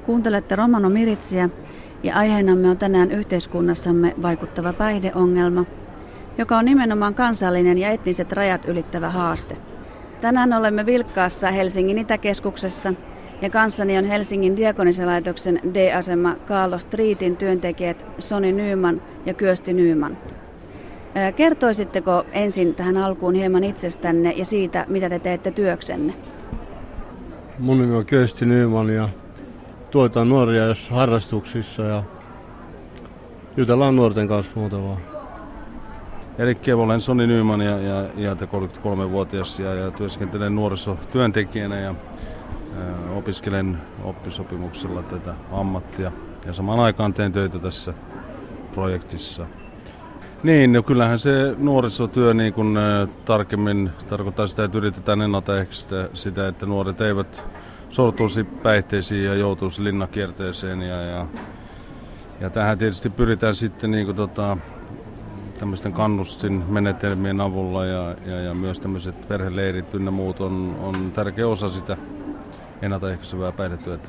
Kuuntelette Romano Miritsiä ja aiheenamme on tänään yhteiskunnassamme vaikuttava päihdeongelma, joka on nimenomaan kansallinen ja etniset rajat ylittävä haaste. Tänään olemme Vilkkaassa Helsingin Itäkeskuksessa ja kanssani on Helsingin Diakonissalaitoksen D-asema Kaarlo Streetin työntekijät Soni Nyman ja Kyösti Nyman. Kertoisitteko ensin tähän alkuun hieman itsestänne ja siitä, mitä te teette työksenne? Mun nimi on Kyösti Nyman ja tuetaan nuoria harrastuksissa ja jutellaan nuorten kanssa muuta vaan. Eli olen Soni Nyman ja iältä 33-vuotias ja työskentelen nuorisotyöntekijänä ja opiskelen oppisopimuksella tätä ammattia ja samaan aikaan teen töitä tässä projektissa. Niin, no kyllähän se nuorisotyö niin kuin tarkemmin tarkoittaa sitä, että yritetään ennaltaehkäistä sitä, että nuoret eivät sortuisi päihteisiin ja joutuisi linnakierteeseen ja tähän tietysti pyritään sitten niin kuin tämmöisten kannustinmenetelmien avulla ja myös tämmöiset perheleirit ynnä muut on tärkeä osa sitä ennaltaehkäisevää päihdetyötä.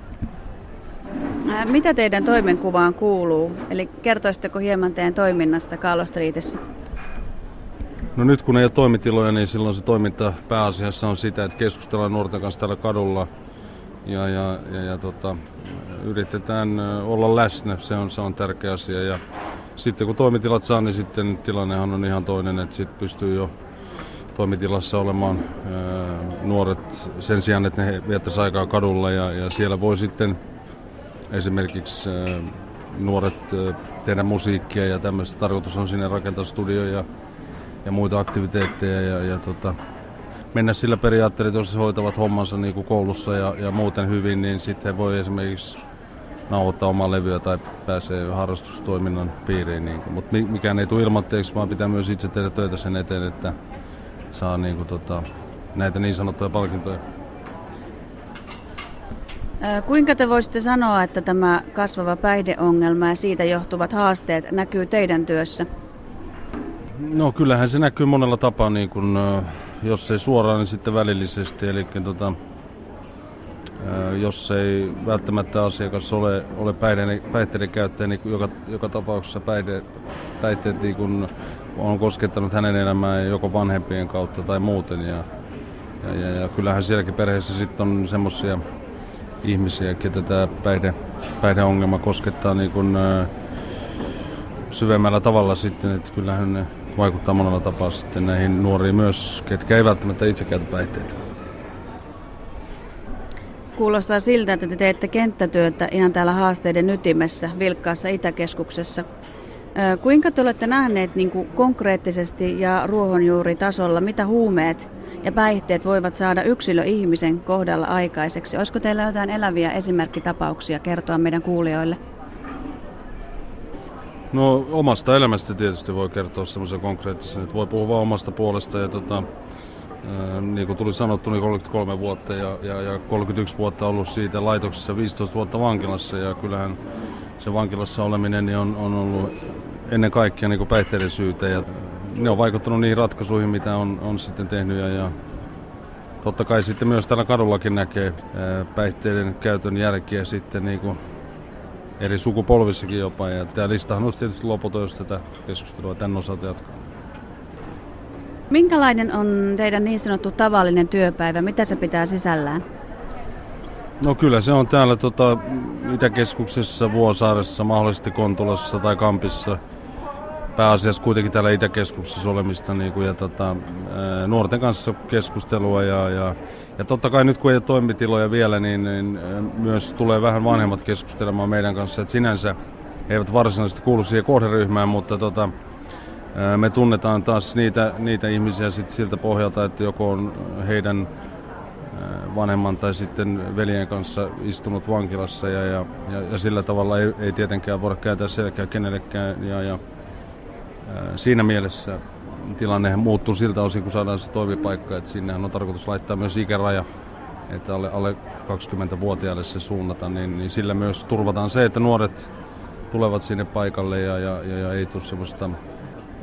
Mitä teidän toimenkuvaan kuuluu? Eli kertoisitteko hieman teidän toiminnasta Kaarlo Streetissä? No nyt kun ei ole toimitiloja, niin silloin se toiminta pääasiassa on sitä, että keskustellaan nuorten kanssa täällä kadulla ja yritetään olla läsnä. Se on tärkeä asia. Ja sitten kun toimitilat saa, niin sitten tilannehan on ihan toinen, että sitten pystyy jo toimitilassa olemaan nuoret sen sijaan, että ne viettäisi aikaa kadulla ja siellä voi sitten esimerkiksi nuoret tehdä musiikkia ja tämmöistä. Tarkoitus on sinne rakentaa studioja ja muita aktiviteetteja ja mennä sillä periaatteella, että jos he hoitavat hommansa niin kuin koulussa ja muuten hyvin, niin sitten he voi esimerkiksi nauhoittaa omaa levyä tai pääsee harrastustoiminnan piiriin. Mutta mikään ei tule ilmatteeksi, vaan pitää myös itse tehdä töitä sen eteen, että saa niin kuin näitä niin sanottuja palkintoja. Kuinka te voisitte sanoa, että tämä kasvava päihdeongelma ja siitä johtuvat haasteet näkyy teidän työssä? No kyllähän se näkyy monella tapaa, niin kun, jos ei suoraan, niin sitten välillisesti. Eli jos ei välttämättä asiakas ole päihteiden käyttäjä, niin joka tapauksessa päihteet niin kun on koskettanut hänen elämään joko vanhempien kautta tai muuten. Ja kyllähän sielläkin perheessä sitten on semmoisia ihmisiä, ketä tämä päihdeongelma koskettaa niin kun, syvemmällä tavalla sitten, että kyllähän ne vaikuttaa monella tapaa sitten näihin nuoriin myös, ketkä ei välttämättä itse käytä päihteitä. Kuulostaa siltä, että te teette kenttätyötä ihan täällä haasteiden ytimessä, Vilkkaassa Itäkeskuksessa. Kuinka te olette nähneet niin kuin konkreettisesti ja ruohonjuuritasolla, mitä huumeet ja päihteet voivat saada yksilöihmisen kohdalla aikaiseksi? Olisiko teillä jotain eläviä esimerkkitapauksia kertoa meidän kuulijoille? No omasta elämästä tietysti voi kertoa semmoisen konkreettisen, että voi puhua vaan omasta puolesta ja niin kuin tuli sanottu, niin 33 vuotta ja 31 vuotta ollut siitä laitoksessa, 15 vuotta vankilassa ja kyllähän se vankilassa oleminen niin on ollut ennen kaikkea niin kuin päihteiden syytä ja ne on vaikuttanut niihin ratkaisuihin, mitä on sitten tehnyt ja totta kai sitten myös täällä kadullakin näkee päihteiden käytön jälkiä sitten niin kuin eri sukupolvissakin jopa ja tämä listahan olisi tietysti loputon, jos tätä keskustelua tämän osalta jatkaa. Minkälainen on teidän niin sanottu tavallinen työpäivä? Mitä se pitää sisällään? No kyllä se on täällä Itäkeskuksessa, Vuosaaressa, mahdollisesti Kontulassa tai Kampissa. Pääasiassa kuitenkin täällä Itäkeskuksessa olemista niin kuin, ja nuorten kanssa keskustelua ja totta kai nyt kun ei ole toimitiloja vielä, niin myös tulee vähän vanhemmat keskustelemaan meidän kanssa. Et sinänsä he eivät varsinaisesti kuulu siihen kohderyhmään, mutta me tunnetaan taas niitä ihmisiä sit siltä pohjalta, että joko on heidän vanhemman tai sitten veljen kanssa istunut vankilassa ja sillä tavalla ei tietenkään voida kääntää selkää kenellekään ja siinä mielessä tilanne muuttuu siltä osin, kun saadaan se toimipaikka, että sinnehän on tarkoitus laittaa myös ikäraja, että alle 20-vuotiaille se suunnata, niin sillä myös turvataan se, että nuoret tulevat sinne paikalle ja ei tule semmoista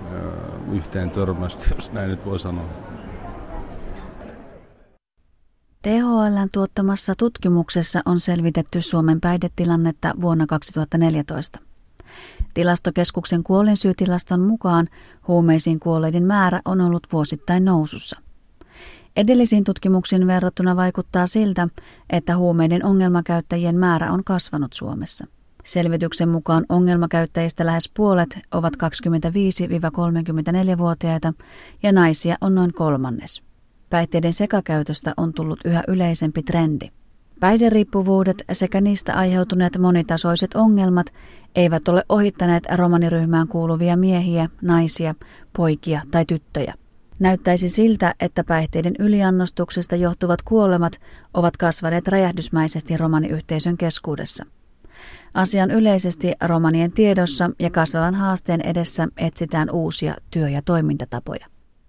yhteen törmästä, jos näin nyt voi sanoa. THL:n tuottamassa tutkimuksessa on selvitetty Suomen päihdetilannetta vuonna 2014. Tilastokeskuksen kuolinsyytilaston mukaan huumeisiin kuolleiden määrä on ollut vuosittain nousussa. Edellisiin tutkimuksiin verrattuna vaikuttaa siltä, että huumeiden ongelmakäyttäjien määrä on kasvanut Suomessa. Selvityksen mukaan ongelmakäyttäjistä lähes puolet ovat 25-34-vuotiaita ja naisia on noin kolmannes. Päihteiden sekakäytöstä on tullut yhä yleisempi trendi. Päihderiippuvuudet sekä niistä aiheutuneet monitasoiset ongelmat eivät ole ohittaneet romaniryhmään kuuluvia miehiä, naisia, poikia tai tyttöjä. Näyttäisi siltä, että päihteiden yliannostuksesta johtuvat kuolemat ovat kasvaneet räjähdysmäisesti romaniyhteisön keskuudessa. Asian yleisesti romanien tiedossa ja kasvavan haasteen edessä etsitään uusia työ- ja toimintatapoja.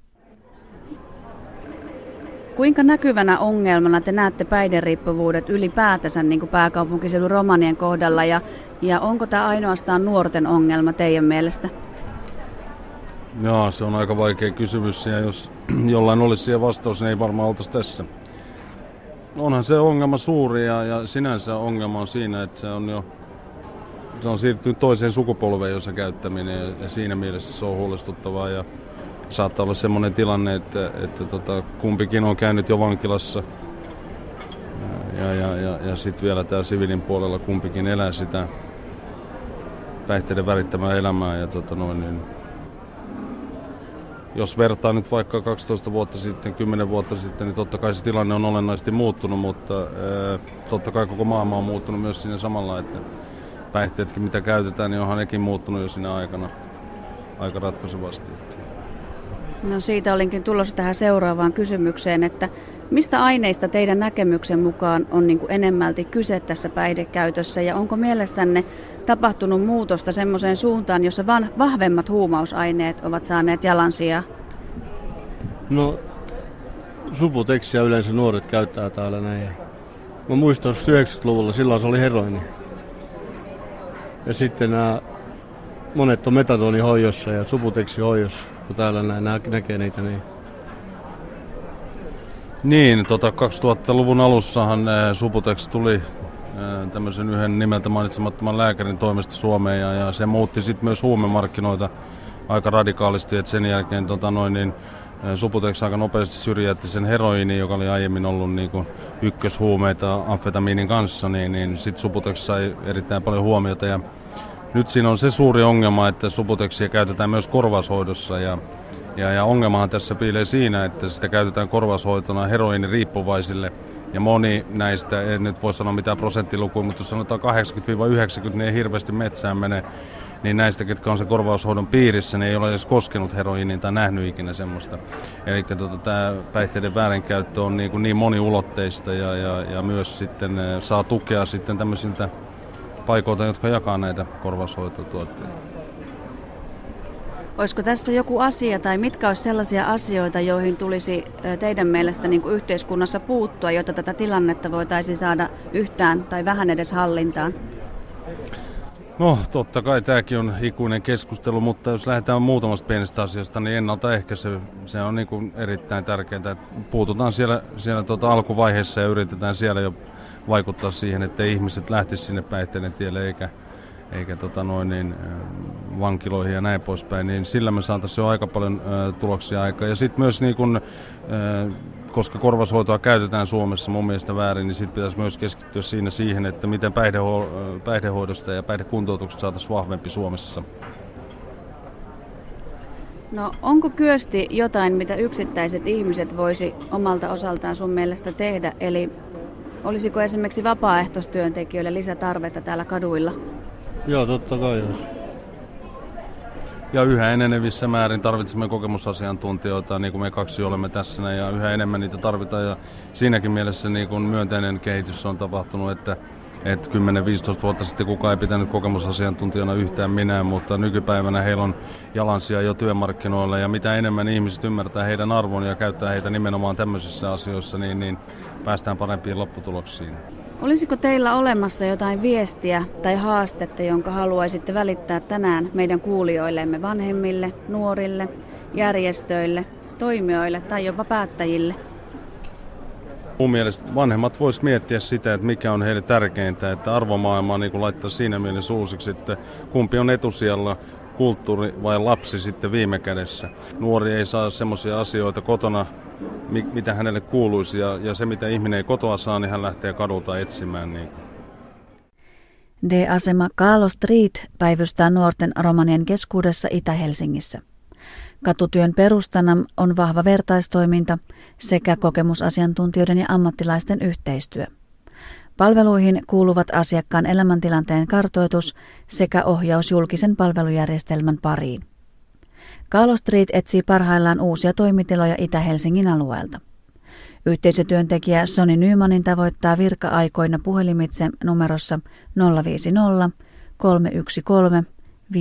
Kuinka näkyvänä ongelmana te näette päihderiippuvuudet ylipäätänsä niin kuin pääkaupunkiseudun romanien kohdalla ja onko tämä ainoastaan nuorten ongelma teidän mielestä? Joo, se on aika vaikea kysymys ja jos jollain olisi siihen vastaus, niin ei varmaan oltaisi tässä. Onhan se ongelma suuri ja sinänsä ongelma on siinä, että se on siirtynyt toiseen sukupolveen jo se käyttäminen ja siinä mielessä se on huolestuttavaa ja saattaa olla semmoinen tilanne, että kumpikin on käynyt jo vankilassa ja sitten vielä tämä siviilin puolella kumpikin elää sitä päihteiden värittämää elämää ja jos vertaa nyt vaikka 12 vuotta sitten, 10 vuotta sitten, niin totta kai se tilanne on olennaisesti muuttunut, mutta totta kai koko maailma on muuttunut myös siinä samalla, että päihteetkin mitä käytetään, niin onhan nekin muuttunut jo siinä aikana aika ratkaisevasti. No siitä olinkin tulossa tähän seuraavaan kysymykseen, että mistä aineista teidän näkemyksen mukaan on niin kuin enemmälti kyse tässä päihdekäytössä ja onko mielestänne tapahtunut muutosta semmoiseen suuntaan, jossa vahvemmat huumausaineet ovat saaneet jalansijaa? No, Subutexiä yleensä nuoret käyttää täällä näin. Mä muistan 90-luvulla, silloin se oli heroini. Ja sitten monet on metadonihoidossa ja Subutexihoidossa, kun täällä näkee niitä niin. Niin, 2000-luvun alussahan Subutex tuli tämmöisen yhden nimeltä mainitsemattoman lääkärin toimesta Suomeen ja se muutti sitten myös huumemarkkinoita aika radikaalisti, että sen jälkeen Subutex aika nopeasti syrjäytti sen heroiinin, joka oli aiemmin ollut niinku ykköshuumeita amfetamiinin kanssa, niin sitten Subutex sai erittäin paljon huomiota ja nyt siinä on se suuri ongelma, että Subutexia käytetään myös korvaushoidossa ja ongelmahan tässä piilee siinä, että sitä käytetään korvaushoitona heroiiniriippuvaisille. Ja moni näistä, en nyt voi sanoa mitään prosenttilukua, mutta jos sanotaan 80-90, niin ei hirveästi metsään mene. Niin näistä, ketkä on sen korvaushoidon piirissä, niin ei ole edes koskenut heroiiniin tai nähnyt ikinä semmoista. Eli tämä päihteiden väärinkäyttö on niin moniulotteista ja myös sitten saa tukea sitten tämmöisiltä paikoilta, jotka jakaa näitä korvaushoitotuotteita. Olisiko tässä joku asia tai mitkä olisi sellaisia asioita, joihin tulisi teidän mielestä niin kuin yhteiskunnassa puuttua, jotta tätä tilannetta voitaisiin saada yhtään tai vähän edes hallintaan? No totta kai tämäkin on ikuinen keskustelu, mutta jos lähdetään muutamasta pienestä asiasta, niin ennaltaehkäisy se on niin kuin erittäin tärkeää. Puututaan siellä alkuvaiheessa ja yritetään siellä jo vaikuttaa siihen, että ihmiset lähtisivät sinne päihteiden tielle eikä vankiloihin ja näin poispäin, niin sillä me saataisiin jo aika paljon tuloksia aikaa. Ja sitten myös, koska korvaushoitoa käytetään Suomessa mun mielestä väärin, niin sitten pitäisi myös keskittyä siinä siihen, että miten päihdehoidosta ja päihdekuntoutuksesta saataisiin vahvempi Suomessa. No onko Kyösti jotain, mitä yksittäiset ihmiset voisi omalta osaltaan sun mielestä tehdä? Eli olisiko esimerkiksi vapaaehtoistyöntekijöille lisätarvetta täällä kaduilla? Joo, totta kai jos. Ja yhä enenevissä määrin tarvitsemme kokemusasiantuntijoita, niin kuin me kaksi olemme tässä, ja yhä enemmän niitä tarvitaan. Ja siinäkin mielessä niin kuin myönteinen kehitys on tapahtunut, että 10-15 vuotta sitten kukaan ei pitänyt kokemusasiantuntijana yhtään minään, mutta nykypäivänä heillä on jalansija jo työmarkkinoilla, ja mitä enemmän ihmiset ymmärtää heidän arvon ja käyttää heitä nimenomaan tämmöisissä asioissa, niin päästään parempiin lopputuloksiin. Olisiko teillä olemassa jotain viestiä tai haastetta, jonka haluaisitte välittää tänään meidän kuulijoillemme, vanhemmille, nuorille, järjestöille, toimijoille tai jopa päättäjille? Mun mielestä vanhemmat vois miettiä sitä, että mikä on heille tärkeintä, että arvomaailmaa niin laittaa siinä mielessä uusiksi, että kumpi on etusijalla, kulttuuri vai lapsi sitten viime kädessä. Nuori ei saa semmoisia asioita kotona, mitä hänelle kuuluisi, ja se mitä ihminen ei kotoa saa, niin hän lähtee kadulta etsimään. Niin. D-asema Kaalo Street päivystää nuorten romanien keskuudessa Itä-Helsingissä. Katutyön perustana on vahva vertaistoiminta sekä kokemusasiantuntijoiden ja ammattilaisten yhteistyö. Palveluihin kuuluvat asiakkaan elämäntilanteen kartoitus sekä ohjaus julkisen palvelujärjestelmän pariin. Kaalo Street etsii parhaillaan uusia toimitiloja Itä-Helsingin alueelta. Yhteisötyöntekijä Soni Nymanin tavoittaa virka-aikoina puhelimitse numerossa 050 313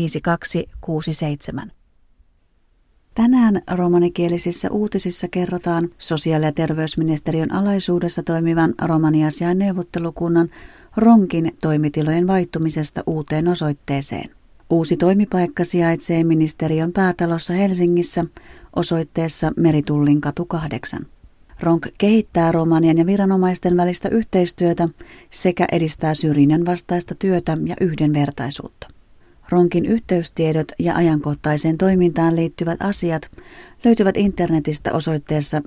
5267. Tänään romanikielisissä uutisissa kerrotaan sosiaali- ja terveysministeriön alaisuudessa toimivan romaniasiain neuvottelukunnan RONKin toimitilojen vaihtumisesta uuteen osoitteeseen. Uusi toimipaikka sijaitsee ministeriön päätalossa Helsingissä osoitteessa Meritullinkatu 8. RONK kehittää romanien ja viranomaisten välistä yhteistyötä sekä edistää syrjinnän vastaista työtä ja yhdenvertaisuutta. RONKin yhteystiedot ja ajankohtaiseen toimintaan liittyvät asiat löytyvät internetistä osoitteessa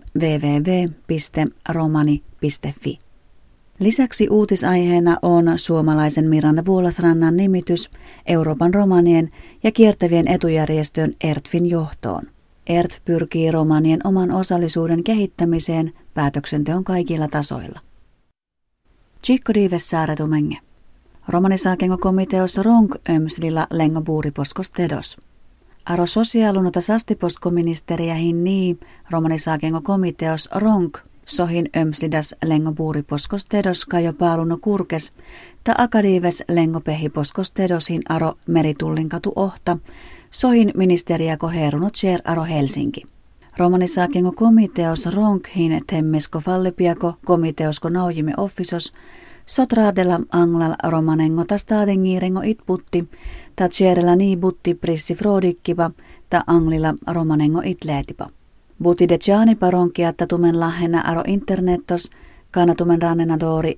www.romani.fi. Lisäksi uutisaiheena on suomalaisen Miranda Vuolasrannan nimitys Euroopan romanien ja kiertävien etujärjestön ERTFin johtoon. ERTF pyrkii romanien oman osallisuuden kehittämiseen päätöksenteon kaikilla tasoilla. Chico Dives Saaretumenge. Romanisaakengo komiteossa RONK ömslillä lengo buuriposkos tedos. Aro sosiaalunota sastiposkoministeriä hinni romanisaakengo komiteos RONK sohin ömslidas lengo buuriposkos tedos kajo paaluno kurkes ta akadiives lengo pehiposkos tedoshin aro Meritullinkatu ohta sohin ministeriäko herunot cher aro Helsinki. Romanisaakengo komiteos RONK hin temmesko fallipiako komiteosko naujime offisos sotraadella anglal romanengo ta staadengiirengo itputti, ta tjerellä nii butti prissi frodikkipa, ta anglilla romanengo itleetipa. Buti de tjaanipa ronkia ta tumen lahena aro internettos, kana tumen rannenadori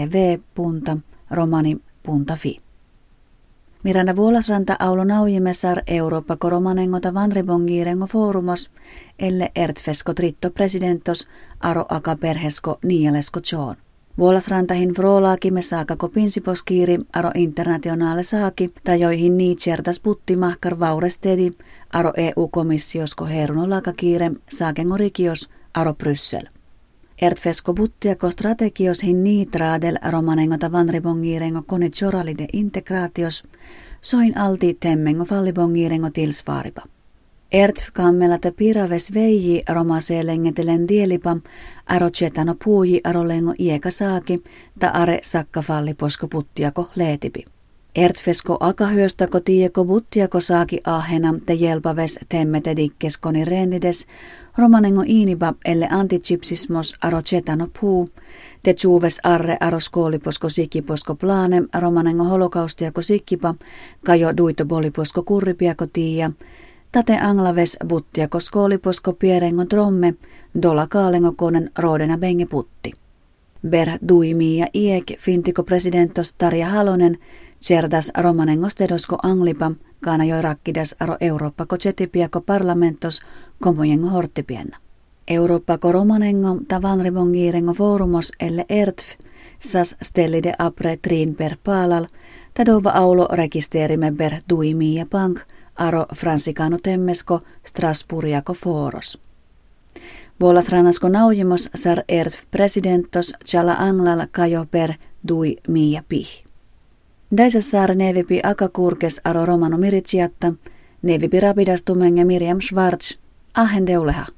www.romani.fi. Miranda Vuolasranta aulo naujimesar Eurooppa romanengo ta vanribongiirengo forumos, elle ertfesko tritto presidentos aro aka perhesko niialesko tjoon. Vuolasrantahin vroolaakime saakako pinsiposkiiri aro internationaale saaki, tai joihin nii tjertas puttimahkar vaurestedi aro EU-komissiosko herunolakakiire saakengo rikios aro Bryssel. Ertfesko buttiako strategios hin nii traadel romanengota vanribongiirengo kone choralide integraatios, soin alti temmengo fallibongiirengo tilsvaaripa. ERTF kammela te piraves veiji romaseelengetelen dielipa, aro chetano puuji arolengo ieka saaki, ta are sakka falliposko puttiako leetipi. ERTFesko akahyöstako tieko puttiako saaki ahena te jelpaves temmete dikkeskoni rendides, romanengo iinipa elle antichipsismos aro chetano puu, te tsuuves arre aro skooliposko sikiposko plane, romanengo holokaustiako sikkipa, kajo duito boliposko kurripiako tiia, tate anglaves buttiako skooliposko pierengo tromme, dola kaalengo konen roodena benge putti. Ber duimi ja iek fintiko presidentos Tarja Halonen, cerdas romanengos tedosko anglipa, kaana joi rakkidas aro Eurooppako chetipiako parlamentos komojengo horttipienna. Eurooppako romanengo ta vanribongiirengo forumos elle ERTF, sas stellide apre trin per paalal, ta dova aulo rekisterime ber duimi ja pank, aro fransikano temmesko Strasburgiako foros. Vuolasrannasko naujimos sar ERTF presidentos chala anglal kajo per dui mia pih. Daisa saar nevipi akakurkes aro romano miritsiatta, nevipi rapidastumenge Miriam Schwarz, ahen deuleha.